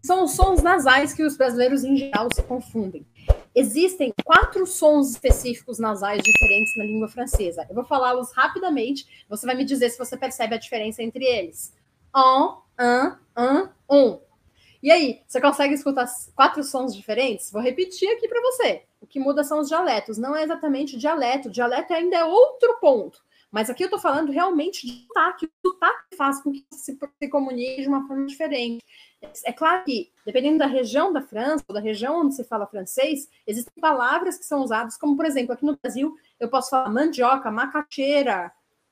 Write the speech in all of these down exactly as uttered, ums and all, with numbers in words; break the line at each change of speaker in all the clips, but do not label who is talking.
são os sons nasais que os brasileiros, em geral, se confundem. Existem quatro sons específicos nasais diferentes na língua francesa. Eu vou falá-los rapidamente, você vai me dizer se você percebe a diferença entre eles. On, un, un, on. E aí, você consegue escutar quatro sons diferentes? Vou repetir aqui para você. O que muda são os dialetos. Não é exatamente dialeto. Dialeto ainda é outro ponto. Mas aqui eu estou falando realmente de sotaque. O sotaque faz com que você se comunique de uma forma diferente. É claro que, dependendo da região da França, ou da região onde se fala francês, existem palavras que são usadas, como, por exemplo, aqui no Brasil, eu posso falar mandioca, macaxeira,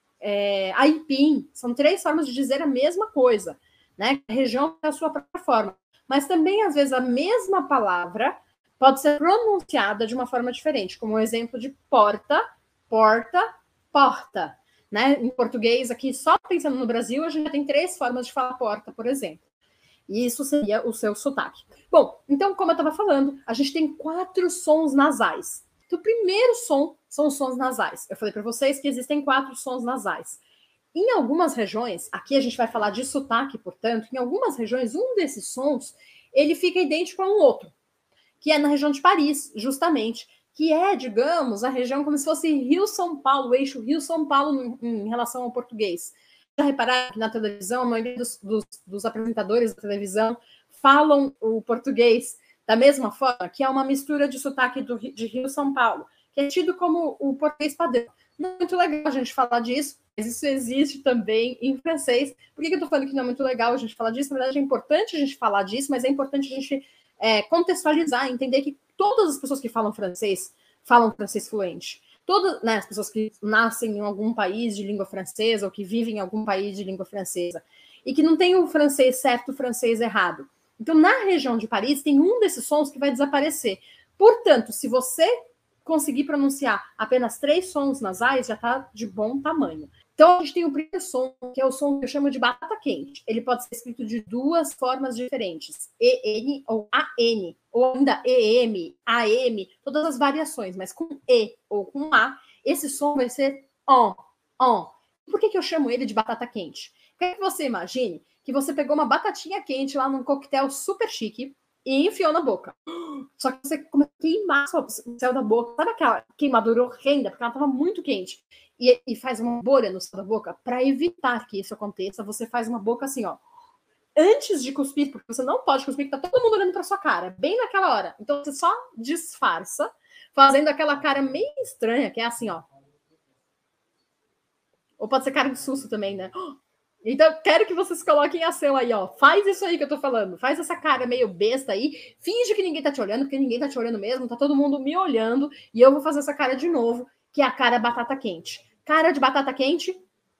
é, aipim. São três formas de dizer a mesma coisa, né? A região tem a sua própria forma. Mas também, às vezes, a mesma palavra pode ser pronunciada de uma forma diferente, como o exemplo de porta, porta, porta. Né? Em português, aqui, só pensando no Brasil, a gente já tem três formas de falar porta, por exemplo. E isso seria o seu sotaque. Bom, então, como eu estava falando, a gente tem quatro sons nasais. Então, o primeiro som são os sons nasais. Eu falei para vocês que existem quatro sons nasais. Em algumas regiões, aqui a gente vai falar de sotaque, portanto, em algumas regiões, um desses sons, ele fica idêntico a um outro, que é na região de Paris, justamente, que é, digamos, a região como se fosse Rio-São Paulo, o eixo Rio-São Paulo em relação ao português. Já repararam que na televisão, a maioria dos, dos, dos apresentadores da televisão falam o português da mesma forma, que é uma mistura de sotaque do, de Rio-São Paulo, que é tido como o português padrão. Não é muito legal a gente falar disso, mas isso existe também em francês. Por que, que eu estou falando que não é muito legal a gente falar disso? Na verdade, é importante a gente falar disso, mas é importante a gente é, contextualizar, entender que todas as pessoas que falam francês falam francês fluente. Todas, né, as pessoas que nascem em algum país de língua francesa ou que vivem em algum país de língua francesa e que não tem o francês certo e o francês errado. Então, na região de Paris, tem um desses sons que vai desaparecer. Portanto, se você conseguir pronunciar apenas três sons nasais, já está de bom tamanho. Então, a gente tem o primeiro som, que é o som que eu chamo de batata quente. Ele pode ser escrito de duas formas diferentes, E N ou A N, ou ainda E M, A M, todas as variações, mas com E ou com A, esse som vai ser on, on. Por que, que eu chamo ele de batata quente? Quer que você imagine que você pegou uma batatinha quente lá num coquetel super chique e enfiou na boca. Só que você começou a queimar o céu da boca. Sabe aquela queimadura horrenda? Porque ela estava muito quente. E, e faz uma bolha no céu da boca. Para evitar que isso aconteça, você faz uma boca assim, ó. Antes de cuspir, porque você não pode cuspir, que tá todo mundo olhando para sua cara. Bem naquela hora. Então você só disfarça, fazendo aquela cara meio estranha, que é assim, ó. Ou pode ser cara de susto também, né? Então, quero que vocês coloquem em ação aí, ó. Faz isso aí que eu tô falando. Faz essa cara meio besta aí. Finge que ninguém tá te olhando, porque ninguém tá te olhando mesmo. Tá todo mundo me olhando. E eu vou fazer essa cara de novo, que é a cara batata quente. Cara de batata quente.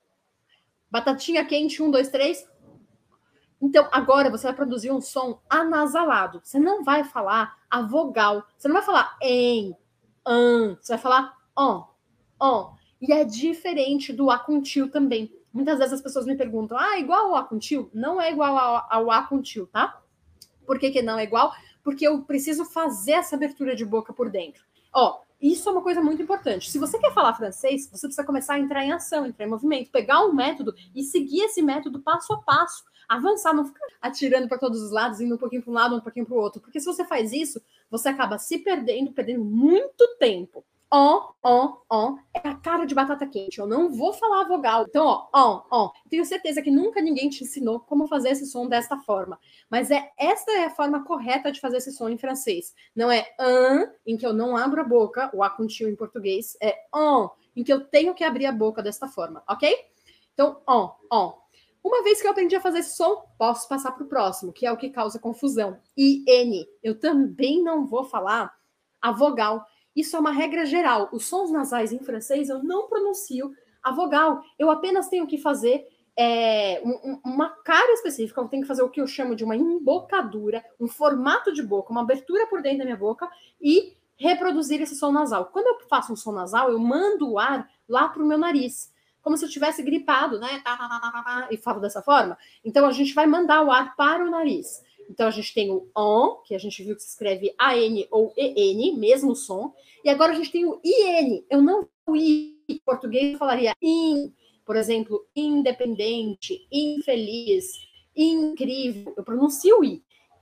Batatinha quente, um, dois, três. Então, agora você vai produzir um som anasalado. Você não vai falar a vogal. Você não vai falar em, an. Você vai falar on, on. E é diferente do A com tio também. Muitas vezes as pessoas me perguntam, ah, igual ao A com tio? Não é igual ao, ao A com tio, tá? Por que, que não é igual? Porque eu preciso fazer essa abertura de boca por dentro. Ó, isso é uma coisa muito importante. Se você quer falar francês, você precisa começar a entrar em ação, entrar em movimento, pegar um método e seguir esse método passo a passo. Avançar, não ficar atirando para todos os lados, indo um pouquinho para um lado, um pouquinho para o outro. Porque se você faz isso, você acaba se perdendo, perdendo muito tempo. On, on, on, é a cara de batata quente. Eu não vou falar a vogal. Então, ó, on, on. Tenho certeza que nunca ninguém te ensinou como fazer esse som desta forma. Mas é esta é a forma correta de fazer esse som em francês. Não é an, em que eu não abro a boca, o A com tio em português. É on, em que eu tenho que abrir a boca desta forma, ok? Então, on, on. Uma vez que eu aprendi a fazer esse som, posso passar para o próximo, que é o que causa confusão. I N. Eu também não vou falar a vogal. Isso é uma regra geral. Os sons nasais em francês eu não pronuncio a vogal. Eu apenas tenho que fazer é, um, uma cara específica. Eu tenho que fazer o que eu chamo de uma embocadura, um formato de boca, uma abertura por dentro da minha boca e reproduzir esse som nasal. Quando eu faço um som nasal, eu mando o ar lá para o meu nariz. Como se eu tivesse gripado, né? E falo dessa forma. Então, a gente vai mandar o ar para o nariz. Então, a gente tem o on, que a gente viu que se escreve A N ou E N, mesmo som. E agora a gente tem o I N. Eu não o I em português, eu falaria in. Por exemplo, independente, infeliz, incrível. Eu pronuncio o I.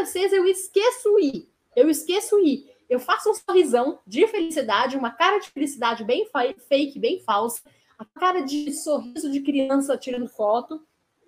francês eu esqueço o i. Eu esqueço o i. Eu faço um sorrisão de felicidade, uma cara de felicidade bem fake, bem falsa, a cara de sorriso de criança tirando foto.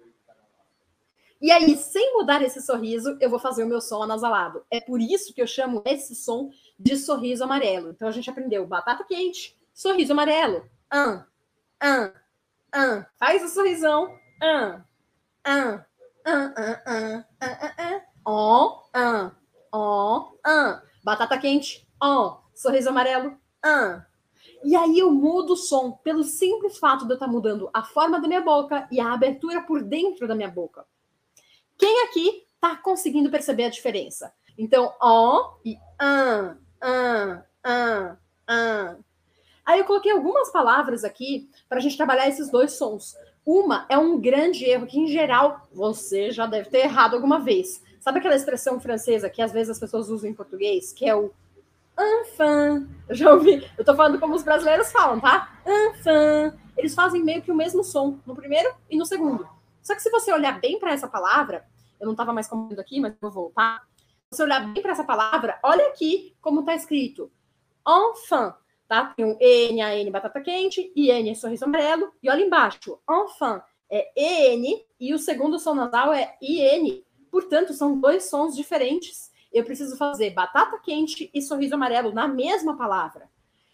E aí, sem mudar esse sorriso, eu vou fazer o meu som anasalado. É por isso que eu chamo esse som de sorriso amarelo. Então, a gente aprendeu batata quente, sorriso amarelo. An, an, an. Faz o sorrisão. An, an, an, an, an, an, an. On, an, on, an. Batata quente, on. Sorriso amarelo, an. E aí eu mudo o som pelo simples fato de eu estar mudando a forma da minha boca e a abertura por dentro da minha boca. Quem aqui está conseguindo perceber a diferença? Então, on e an, an, an, an. Aí eu coloquei algumas palavras aqui para a gente trabalhar esses dois sons. Uma é um grande erro que, em geral, você já deve ter errado alguma vez. Sabe aquela expressão francesa que às vezes as pessoas usam em português, que é o enfin? Eu já ouvi. Eu tô falando como os brasileiros falam, tá? Enfin. Eles fazem meio que o mesmo som no primeiro e no segundo. Só que se você olhar bem para essa palavra, eu não estava mais comendo aqui, mas vou voltar. Se você olhar bem para essa palavra, olha aqui como está escrito. Enfin, tá? Tem o N, A N, batata quente, I N, sorriso amarelo, e olha embaixo. Enfin é E N e o segundo som nasal é I N. Portanto, são dois sons diferentes. Eu preciso fazer batata quente e sorriso amarelo na mesma palavra.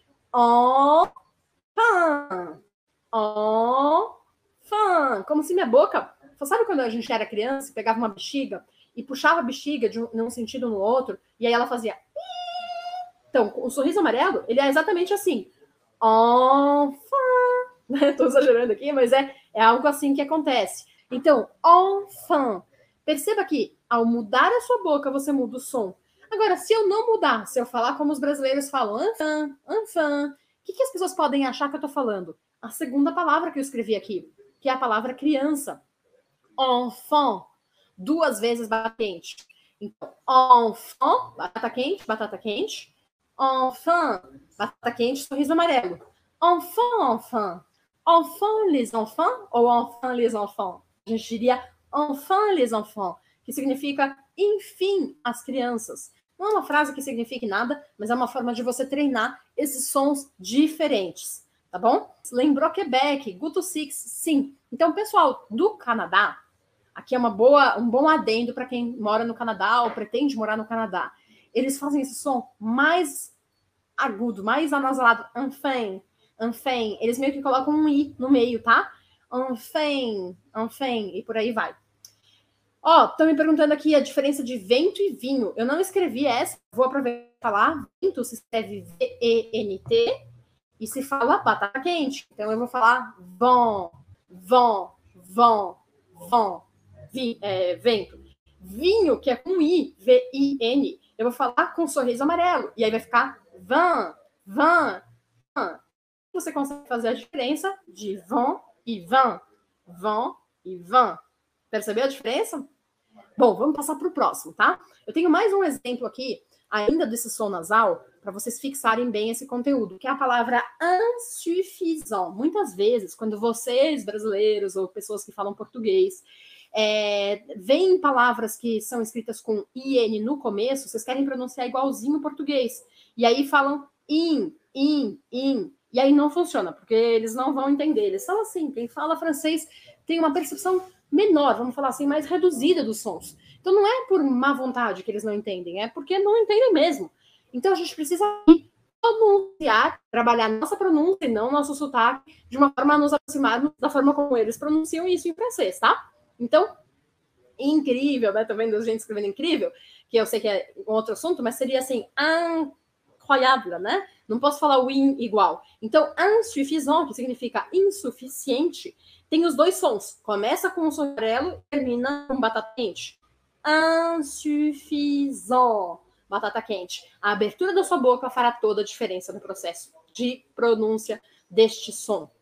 Enfin. Enfin. Como se minha boca... Sabe quando a gente era criança, pegava uma bexiga e puxava a bexiga de um, num sentido no outro, e aí ela fazia... Então, o sorriso amarelo, ele é exatamente assim. Enfin. Estou exagerando aqui, mas é, é algo assim que acontece. Então, enfin. Perceba que, ao mudar a sua boca, você muda o som. Agora, se eu não mudar, se eu falar como os brasileiros falam, enfin, enfin, o que, que as pessoas podem achar que eu estou falando? A segunda palavra que eu escrevi aqui, que é a palavra criança. Enfant, duas vezes batata quente. Então, enfant, batata quente, batata quente. Enfant, batata quente, sorriso amarelo. Enfant, enfant. Enfant, les enfants ou enfant, les enfants? A gente diria enfant, les enfants, que significa enfim, as crianças. Não é uma frase que signifique nada, mas é uma forma de você treinar esses sons diferentes, tá bom? Lembrou Quebec, Guto Six, sim. Então, pessoal do Canadá, aqui é uma boa, um bom adendo para quem mora no Canadá ou pretende morar no Canadá. Eles fazem esse som mais agudo, mais anasalado. Enfin, enfin. Eles meio que colocam um i no meio, tá? Enfin, enfin, e por aí vai. Ó, estão me perguntando aqui a diferença de vento e vinho. Eu não escrevi essa, vou aproveitar e falar. Vento se escreve V E N T e se fala batata quente. Então eu vou falar vent, vent, vent, vent. Vi, é, vento. Vinho, que é com I, V I N, eu vou falar com um sorriso amarelo. E aí vai ficar van, van, van. Você consegue fazer a diferença de vent e van, van e van. Percebeu a diferença? Bom, vamos passar para o próximo, tá? Eu tenho mais um exemplo aqui, ainda desse som nasal, para vocês fixarem bem esse conteúdo, que é a palavra insuffisant. Muitas vezes, quando vocês, brasileiros ou pessoas que falam português, É, vem palavras que são escritas com I N no começo, vocês querem pronunciar igualzinho o português. E aí falam in, in, in. E aí não funciona, porque eles não vão entender. Eles são assim, quem fala francês tem uma percepção menor, vamos falar assim, mais reduzida dos sons. Então não é por má vontade que eles não entendem, é porque não entendem mesmo. Então a gente precisa pronunciar, trabalhar nossa pronúncia e não nosso sotaque, de uma forma a nos aproximarmos da forma como eles pronunciam isso em francês, tá? Então, incrível, né? Tô vendo a gente escrevendo incrível, que eu sei que é um outro assunto, mas seria assim, incroyable, né? Não posso falar o in igual. Então, insuffisant, que significa insuficiente, tem os dois sons. Começa com um som amarelo e termina com batata quente. Insuffisant, batata quente. A abertura da sua boca fará toda a diferença no processo de pronúncia deste som.